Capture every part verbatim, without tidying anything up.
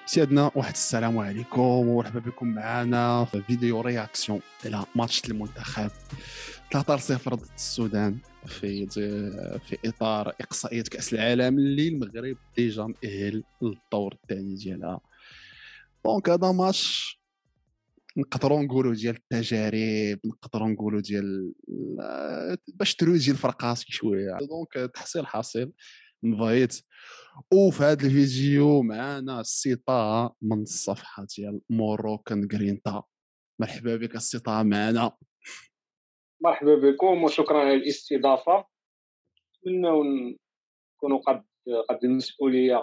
سيادنا واحد السلام عليكم ومرحبا بكم معنا في فيديو رياكسيون على ماتش المنتخب ثلاثة صفر ضد السودان في في اطار اقصائيه كاس العالم اللي المغرب ديجا مؤهل للدور الثاني ديالها. دونك هذا ماتش نقدروا نقولوا ديال التجارب، نقدروا نقولوا ديال باش تروجي الفرقاسي شويه. دونك تحصيل حاصل نفايت. وفي هذا الفيديو معنا السي طه من الصفحه ديال موروكان جرينتا. مرحبا بك السي طه معنا. مرحبا بكم وشكرا على الاستضافه. نتمنى نكونوا قد قد المسؤوليه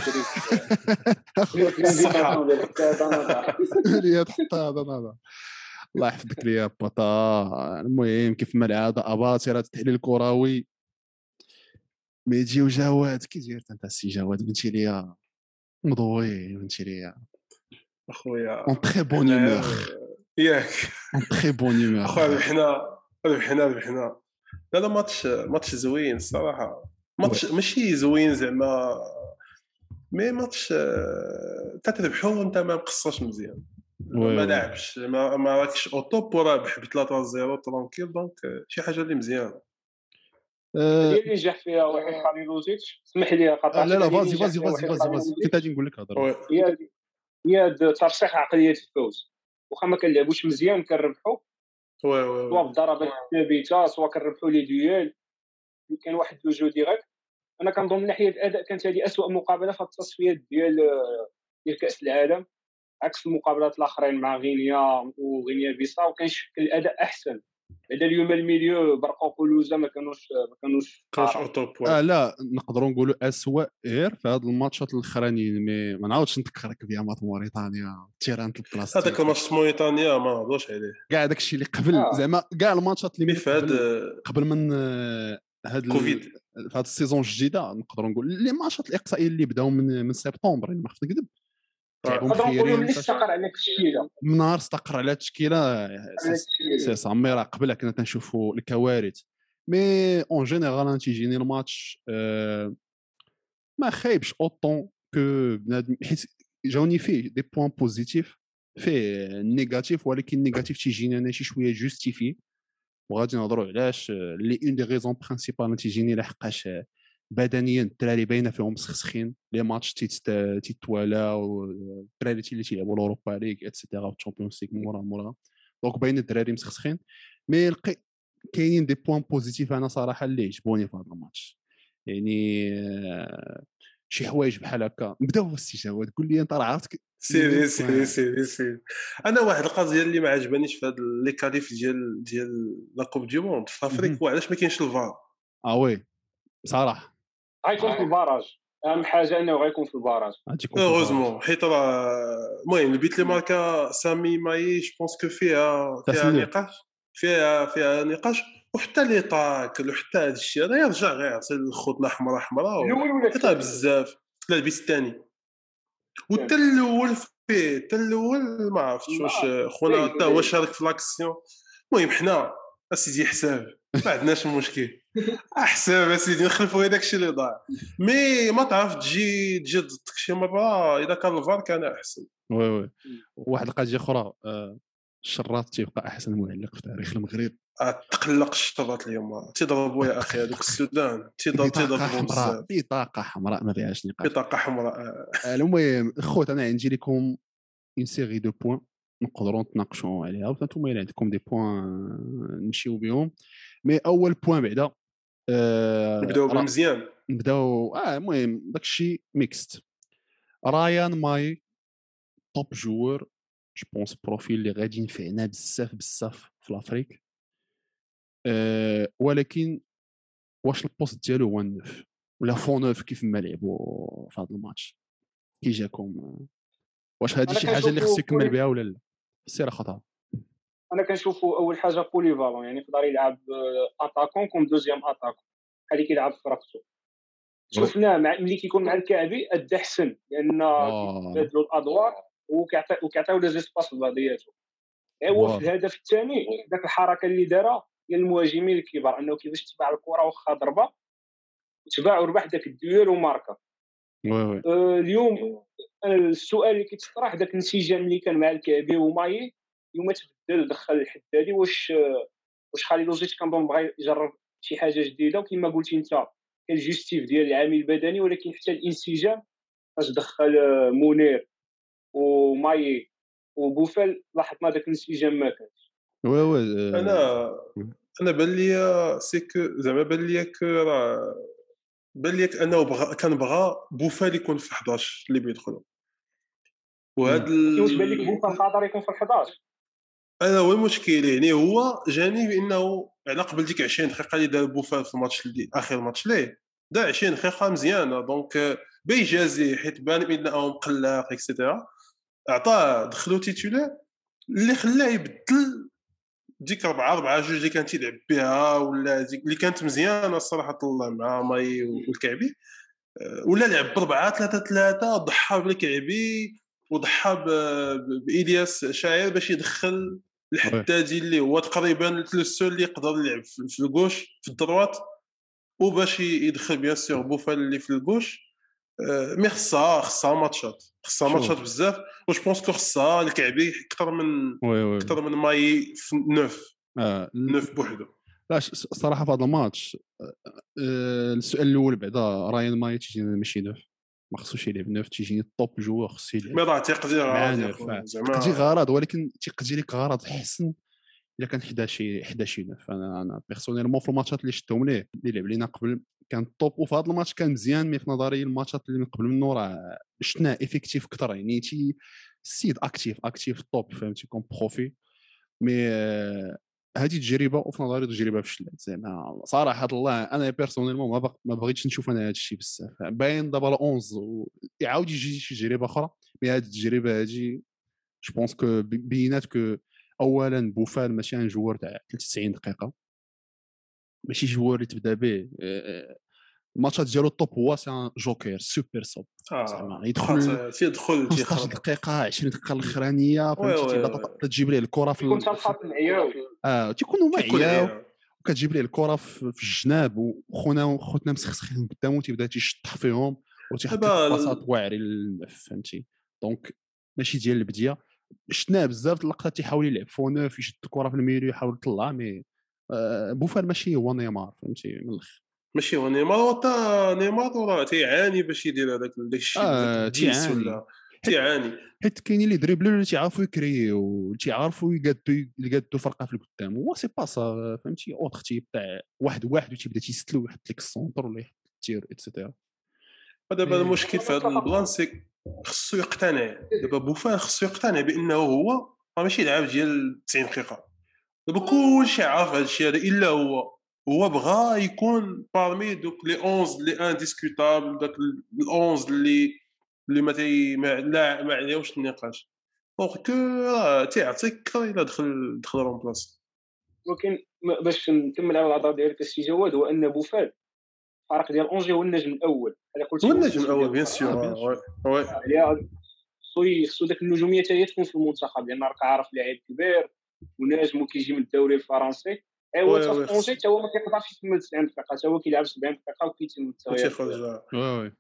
الصحه اللي تحط هذا هذا الله يحفظك ليا بطا. المهم كيف ما العاده اباطي راه التحليل الكروي ميجي وجواد. كي داير انت السي جواد؟ بنتي ليا مضوي بنتي ليا اخويا اون تري بون هيمور ياك اون تري بون هيمور اخويا ربحنا ربحنا ربحنا هذا ماتش ماتش زوين الصراحه. ماتش ماشي زوين زعما مي ماتش تتربحوا وانت ما مقصاش مزيان، ما لعبش ما, ما راكش او توب ورابح ب ثلاثة صفر ترونكيل. دونك شي حاجه اللي مزيانه هي اللي نجح فيها واحد خليلوزيتش. اسمح لي قطعت. لا لا فازي فازي فازي فازي فازي كنت غادي نقول لك هضر. هي هي ترشيح عقليه الفوز. واخا ما كنلعبوش مزيان كنربحوا وي وي سواء بالضربات الثابته سواء كنربحوا لي ديال كان واحد لو جو ديريكت. انا كنظن من ناحيه الاداء كانت هذه اسوء مقابله في التصفيات ديال ديال كاس العالم، عكس المقابلات الاخرين مع غينيا وغينيا بيساو كان شكل الاداء احسن. بعدا اليوم الميليو برقوق ولوزه ما كانوش ما كانوش كانش او توب. اه لا نقدروا نقولوا اسوء غير في هاد الماتشات الاخرانيين. مي ما نعاودش نذكرك بها مات موريتانيا تيرانت البلاستيك. هذاك الماتش موريتانيا ما نهضروش عليه. كاع داكشي اللي قبل آه. زعما كاع الماتشات اللي في هاد قبل من هاد كوفيد في هاد السيزون الجديده نقدروا نقول لي ماتشات الاقصائيه اللي بداو من من سبتمبر ما خفت نكذب. نقدروا نقولوا اللي استقر على التشكيله من نهار استقر على التشكيله سي سامي. راه قبلها كنا تنشوفوا الكوارث. مي اون جينيرال تيجيني الماتش أه ما خايبش اوطون كو بنادم، حيت جاوني فيه دي بوين بوزيتيف فيه نيجاتيف، ولكن نيجاتيف تيجيني انا شي شويه جوستيفي وغادي نهضروا علاش. لي اون دي ريزون برينسيبال تيجيني لحقاش بدنيا الدراري باينه فيهم مسخسخين. لي ماتش تيتوالا والدراري اللي تيلعبوا الاوروبا ليغ اتسيتيرا والتشامبيونز ليغ مورا مورا. دونك باين الدراري مسخسخين. مي كاينين دي بوين بوزيتيف انا صراحه اللي عجبوني في هذا الماتش. يعني شي حوايج بحال هكا. نبداو باستجابه. تقول لي انت راه عرفتك سيري سيري سيري سيري انا واحد القضيه اللي ما عجبانيش في هاد لي كاليف ديال ديال لا كوب دي موند في افريك وعلاش ما كاينش الفار. اه وي بصراحه غيكون في الباراج. اهم حاجه انه غيكون في الباراج هوزمون حيت راه المهم البيت اللي ماركا سامي ماي جو بونس كو فيها فيها نقاش فيها فيها نقاش وحتى لي طاك وحتى هذا الشيء هذا يرجع غير يعطي الخطنا حمراء حمراء حتى بزاف. لا البيت الثاني والتا الاول فيه التا الاول ما عرفتش واش خونا حتى هو شارك في لاكسيون. المهم حنا اسيدي حساب ما عندناش مشكل احسب اسيدي نخلفوا هذاك الشيء اللي ضاع. مي ما تعرف تجي تجي ضدك شي مره اذا كان الفار كان احسن. وي وي واحد القضيه اخرى الشراط تيبقى احسن معلق في تاريخ المغرب. تقلق الشراط اليوم تضربوا يا اخي هذوك السودان تضربوا بزاف. بطاقه حمراء ما فيهاش نقاش. بطاقه حمراء. المهم خوت انا عندي لكم اون سيري دو بوين نقدروا نتناقشوا عليها وانتم اللي عندكم دي بوين نمشيو بهم. مي اول بوين بعدا أه نبداو بالمزيان. نبداو اه المهم داكشي ميكست. رايان ماي توب جوور جو بونس بروفيل اللي غادي ينفعنا بزاف بزاف في لافريك. أه ولكن واش البوست ديالو هو النوف ولا فون نوف كيف ما لعبوا في هذا الماتش؟ كي جاكم؟ واش هذه شي حاجه اللي خصو يكمل بها ولا لا؟ السيره خطا. انا كنشوفوا اول حاجه بوليفالون، يعني يقدر يلعب اتاكون كوم دوزيام اتاكون بحال اللي كيلعب في فرقته. شفناه ملي كيكون مع الكعبي ادى احسن لان كيبدلوا الادوار وكيعطيو لي زيسباس لبعضياتهم. هو في الهدف الثاني داك الحركه اللي دارها ديال المهاجمين الكبار انه كيفاش تباع الكره واخا ضربه تباع وربح داك الدويل وماركا. وي وي آه، اليوم السؤال اللي كيتطرح داك الانسجام اللي كان مع الكعبي وماي اليوم تبدل دخل الحدادي واش واش خالي لوجيت كنظن بغا يجرب شي حاجه جديده وكما قلتي انت كاين الجوستيف ديال العامل البدني ولكن حتى الانسجام فاش دخل آه، منير وماي وبوفال لاحظنا داك الانسجام ما كانش. وي وي انا آه، انا بان ليا سي كو زعما بان ليا كو راه بان ليا انه بغا كان بغا بوفال يكون في حداش اللي بيدخلوا وهذا مم. ولكن واش بان لك ال... بوفال قادر يكون في الحداش؟ انا هو المشكل يعني هو جاني بانه على قبل ديك عشرين دقيقه اللي دار بوفال في الماتش اللي اخر ماتش ليه دا عشرين دقيقه مزيانه دونك بيجازي حيت بان بانه مقلق اكسيتيرا عطاه دخلو تيتولار اللي خلاه يبدل ديك أربعة أربعة جوج اللي كان تيلعب بها ولا ديك اللي كانت مزيانه الصراحه طلع مع ماي والكعبي ولا لعب بربعة ثلاثة ثلاثة ضحى بالكعبي وضحى ب- بإلياس شاعر باش يدخل وي الحدادي اللي هو تقريبا السول اللي يقدر يلعب في في الكوش في الدروات وباش يدخل بيان سور بوفال اللي في الكوش آه، مي خصها خصها ماتشات خصها ماتشات شوف بزاف واش بونس كو خصها الكعبي اكثر من وي وي اكثر من ماي في نوف آه نوف بوحدو. لا ش- الصراحه في هذا الماتش آه، السؤال الاول بعدا راين ماي تيجيني ماشي نوف، ما خصوش يلعب نوف، تيجيني الطوب جوا خصو مي يلعب راه تيقدر مع غلط يا نوف. خويا آه، تقدي زعما غرض ولكن تيقدي لك غرض احسن الا كان حداش حداش نوف. انا انا بيرسونيلمون في الماتشات اللي شفتهم ليه اللي لعب لينا قبل كان الطوب، وفي هذا الماتش كان مزيان، مي في نظري الماتشات اللي من قبل منه راه شفناه افيكتيف اكثر، يعني تي السيد اكتيف اكتيف طوب فهمتي كون بروفي. مي آه، هذه تجربه وفي نظري تجربه فشلت زعما صراحه الله. انا بيرسونيلمون ما, بق... ما بغيتش نشوف انا هذا الشيء بزاف، باين دابا احداش ويعاود يجي شي تجربه اخرى. مي هذه التجربه هذه جو بونس كو بينات كو اولا بوفال ماشي ان جوار تاع ثلاثة وتسعين دقيقه، ماشي جوار اللي تبدا به آه، الماتشات ديالو الطوب هو سان جوكر سوبر صوب زعما اه يدخل خاطر تيدخل خمسطاش تيخرب دقيقه عشرين دقيقه الاخرانيه وي فهمتي وي تيبدا وي تجيب ليه الكره في يكون ال... تلقى معياو اه تيكونوا تيكون معيا عيا وكتجيب ليه الكره في, في الجناب وخونا خوتنا مسخسخين قدامه تيبدا تيشطح فيهم وتيحط لك دابا بلاصات ال- واعره للملف فهمتي. دونك ماشي ديال البديه، شفناه بزاف د اللقطات تيحاول يلعب فو نوف يشد الكره في الميليو يحاول يطلع مي آه بوفال ماشي هو نيمار فهمتي من الاخر. ماشي هو نيمار وتا نيمار راه تيعاني باش يدير هذاك داك الشيء داك اه الديس تيعاني ولا حيت تيعاني حيت كاينين اللي دريبلو اللي تيعرفوا يكريو تيعرفوا يقادوا يقادوا فرقه في القدام، هو سي با سا فهمتي اوتر تيب تاع واحد واحد وتيبدا تيستلو يحط لك السونتر ولا يحط التير اتسيتيرا. دابا مي المشكل في هذا البلان سي خصو يقتنع دابا بوفال خصو يقتنع بانه هو راه ماشي لاعب ديال تسعين دقيقه دابا كلشي عارف هذا الشيء هذا الا هو هو بغا يكون بارمي دوك لي احداش اللي انديسكوتابل داك ال احداش اللي اللي ما تي ما لا ما عليهمش النقاش دونك راه تيعطيك اكثر الا دخل دخل رومبلاس. ولكن م- باش نكمل على الهضره ديالك السي جواد هو ان بوفال الفريق ديال اونجي هو النجم الاول بحال هو قلتي هو النجم الاسم الاول ديال بيان الفريق. اه سور بيان وي سور وي عليها خصو خصو داك النجوميه حتى هي تكون في المنتخب لان راك عارف لاعب كبير وناجم وكيجي من الدوري الفرنسي. ايوا وي حتى في وي اونجي خص حتى هو ما كيقدرش يكمل تسعين دقيقه حتى هو كيلعب سبعين دقيقه وكيتم التغيير وتيخرج ديالو. وي وي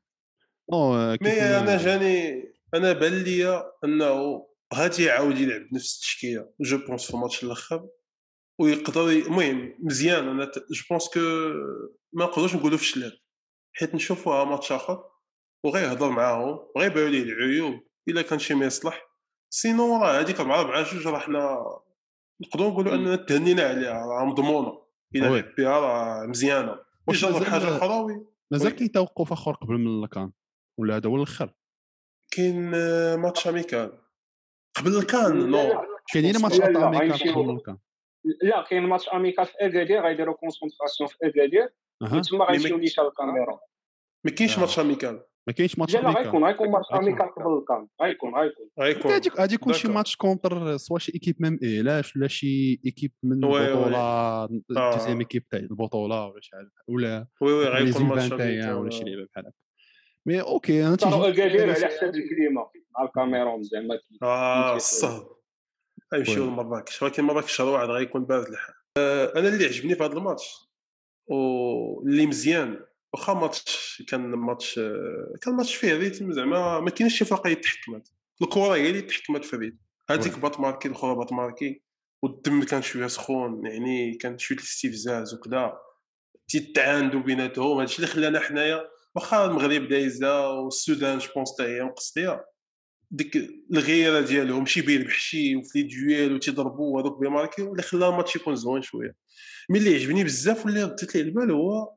نو مي كيف انا ما جاني انا بان ليا انه غادي يعاود يلعب بنفس التشكيله جو بونس في الماتش الاخر ويقدر ي- المهم مزيان انا جو بونس كو ما نقدروش نقولوا فشلات حيت نشوفوها ماتش اخر وغيهضر معاهم وغيبانوا ليه العيوب الا كان شي ما يصلح سينو راه هذيك مع ربعة جوج راه حنا نقدروا نقولوا اننا تهنينا عليها راه مضمونه الا وي لعب بها راه مزيانه واش يجرب حاجه مازال اخرى وي مازال وي كاين توقف اخر قبل من الكان ولا هذا هو الاخر؟ كاين آه، ماتش اميكال قبل الكان لا نو لا جو كاينين بونس ماتش با لا اتا لا اميكال قبل من غيمشيو. الكان. لا كاين ماتش اميكال في اكادير غيديروا كونسونطراسيون في اكادير ومن اها ثم مي ما غيمشيو نيشان الكاميرون. ما كاينش آه. ماتش اميكال ما كاينش ماتش لا لا اميكال غيكون غيكون ماتش غيكون اميكال قبل الكام غيكون غيكون غيكون غادي غادي يكون شي داكور ماتش كونتر سوا شي ايكيب ميم ايلاش ولا شي ايكيب من وي وي البطوله دوزيام اه ايكيب تاع البطوله ولا شي حاجه ولا وي وي غيكون ليزون ماتش واحد وعشرين اميكال ولا شي لعبه بحال هكا. مي اوكي انا اختاروا تيجي اكادير على حساب الكليمه مع الكاميرون زعما كي اه كيتيسيو. الصهد غيمشيو وي لمراكش ولكن مراكش راه واحد غيكون بارد الحال. آه انا اللي عجبني في هذا الماتش واللي مزيان واخا ماتش كان ماتش كان ماتش فيه ريتم زعما ما كاينش شي فرقه يتحكمت الكره هي اللي تحكمت في الريتم هذيك بات ماركي الاخرى بات ماركي والدم كان شويه سخون يعني كان شويه الاستفزاز وكذا تيتعاندوا بيناتهم هادشي اللي خلانا حنايا واخا المغرب دايزه والسودان جو بونس حتى هي مقصديه ديك الغيره ديالهم شي بيربحشي وفي لي دويل وتيضربوا هذوك بيماركي اللي خلى الماتش يكون زوين شويه مي اللي عجبني بزاف واللي رديت ليه البال هو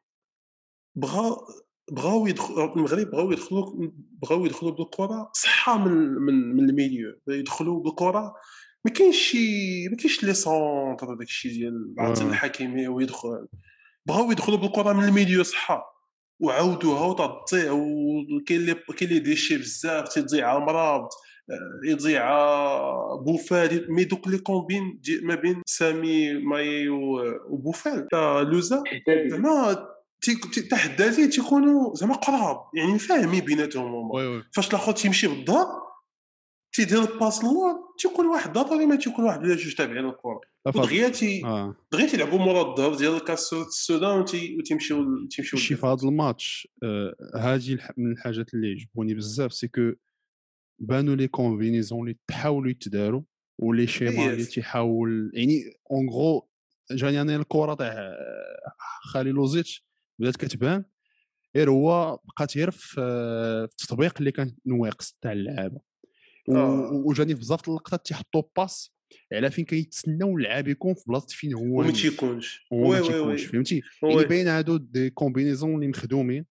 بغا بغاو يدخلوا المغرب بغاو يدخلوا بغاو يدخلوا بالكره صحه من من من الميليو يدخلوا بالكره ما كاينش شي ما كاينش لي سونتر داك الشيء ديال عبد الحكيمي ويدخل بغاو يدخلوا بالكره من الميليو صحه وعاودوها وتضيع وكاين اللي كاين اللي ديشي بزاف تيضيع مرابط يضيع بوفال مي دوك لي كومبين ما بين سامي ماي وبوفال تاع لوزا زعما تي حداتي تيكونوا زعما قراب يعني فاهمين بيناتهم هما فاش الاخر تيمشي بالظهر تيدير الباس لور تيكون واحد ضروري ما تيكون واحد ولا جوج تابعين الكره دغيا تي دغيا تيلعبوا مورا الظهر ديال الكاس السودان وتيمشيو تيمشيو شي في هذا الماتش هذه من الحاجات اللي عجبوني بزاف سي كو بانوا لي كومبينيزون اللي تحاولوا يتداروا ولي شيما اللي تيحاول يعني اون غرو جاني انا الكره تاع خليلوزيتش بدات كتبان غير هو بقات غير في التطبيق اللي كان نواقص تاع اللعابه وجاني في بزاف اللقطات تيحطوا باس على فين كيتسناو اللعاب يكون في بلاصه فين هو وما تيكونش وما تيكونش فهمتي يعني باين هادو دي كومبينيزون اللي مخدومين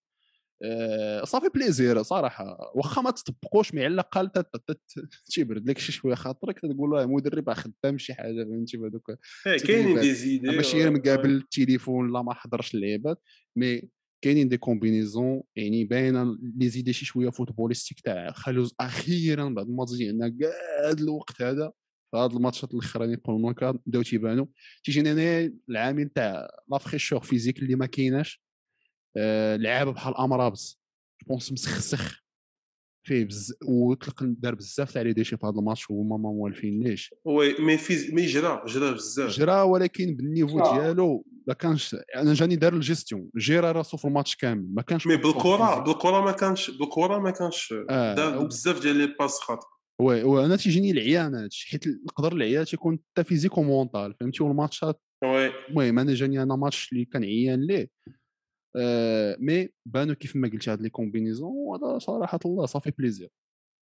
أه صافي بليزير صراحه واخا ما تطبقوش مي على الاقل تيبرد لك شي شويه خاطرك تقول له مدرب خدام شي حاجه فهمتي بهذوك كاينين دي زيدي ماشي غير مقابل التليفون لا ما حضرش اللعيبات مي كاينين دي كومبينيزون يعني باينه لي زيدي شي شويه فوتبوليستيك تاع خلوز اخيرا بعد ما ضيعنا كاع الوقت هذا هاد الماتشات الاخراني بول مونكا بداو تيبانوا تيجيني انا العامل تاع لا فريشور فيزيك اللي ما كايناش أه لعابه بحال امرابز جوبونس مسخسخ فيه بز وطلق دار بزاف تاع لي ديشي في هذا الماتش وهما ما موالفين ليش وي مي فيز مي جرا جرا بزاف جرا ولكن بالنيفو ديالو ما كانش انا جاني دار الجيستيون جيرا راسو في الماتش كامل ما كانش مي بالكره بالكره ما كانش بالكره ما كانش آه دار بزاف ديال لي باس خاطئ وي وانا تيجيني العيان هادشي حيت نقدر العيان تيكون حتى فيزيك ومونطال فهمتي والماتشات وي المهم انا جاني انا ماتش اللي كان عيان ليه أه مي بانو كيف ما قلت هاد لي كومبينيزون وهذا صراحه الله صافي بليزير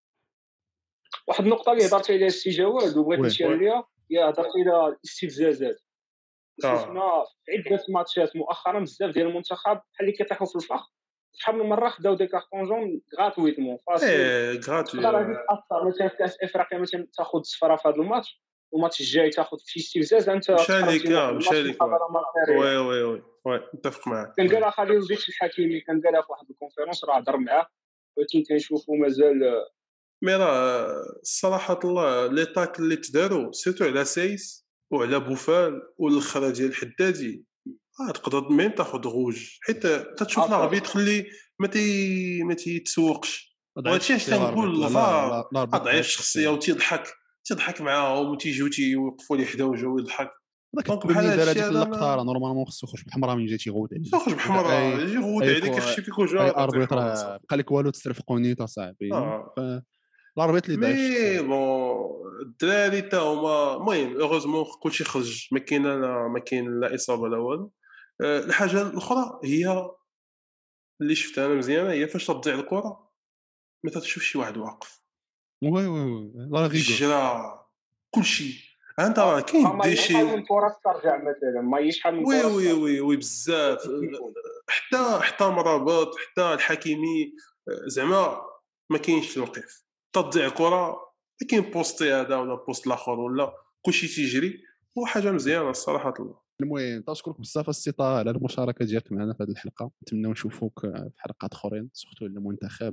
واحد النقطه اللي هضرت عليها السي جواد وبغيت نشير عليها هي هضرت على الاستفزازات شفنا في عده ماتشات مؤخرا بزاف ديال المنتخب بحال اللي كيطيحوا في الفخ شحال من مره خداو دي كارطون جون غراتويتمون فاسي ايه غراتوي تاثر مثلا في كاس افريقيا مثلا تاخذ صفره في هذا الماتش والماتش الجاي تاخذ شي استفزاز انت مشى ليك مشى ليك وي وي وي وي متفق معاك كان قالها خليل زيت الحكيمي كان قالها في واحد الكونفيرونس راه هضر معاه ولكن كنشوفوا مازال مي راه الصراحه الله لي تاك اللي تداروا سيرتو على سايس وعلى بوفال والاخر ديال الحدادي اه تقدر ميم تاخذ غوج حيت تتشوف العربي تخلي ما تي ما تيتسوقش وهادشي علاش تنقول الفار ضعيف الشخصيه وتيضحك تيضحك معاهم وتيجيو تيوقفوا لي حدا وجهه ويضحك دونك بحال دار هذيك اللقطه راه نورمالمون خصو يخرج بحمراء من جهه يغوت عليك يخرج بحمراء يجي يغوت عليك يخشي فيك وجهه الاربيط راه بقى لك والو تسترفقوني تا صاحبي الاربيط اللي ضعيف مي بون الدراري تا هما المهم اوغوزمون كلشي خرج ما كاين لا ما كاين لا اصابه لا والو الحاجه الاخرى هي اللي شفتها انا مزيانه هي فاش تضيع الكره ما تشوف شي واحد واقف وي وي لا غيغو الجرا كلشي انت راه كاين ديشي ما من فرص ترجع مثلا ما شحال من وي وي وي وي بزاف حتى حتى مرابط حتى الحكيمي زعما ما كاينش الوقف تضيع كره ما كاين بوستي هذا ولا بوست الاخر ولا كلشي تيجري وحاجه مزيانه الصراحه الله. المهم تشكرك بزاف السي طه على المشاركه ديالك معنا في هذه الحلقه نتمنى نشوفوك في حلقات اخرين سورتو المنتخب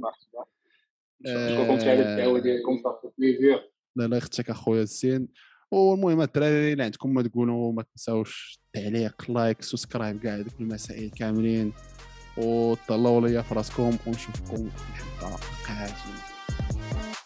شكرا على الدعوه ديالكم صافي بليزير لا لا اختك اخويا الزين والمهم الدراري اللي عندكم ما تقولوا ما تنساوش تعليق لايك سبسكرايب كاع هذوك المسائل كاملين وطلعوا ليا في راسكم ونشوفكم في الحلقه القادمه.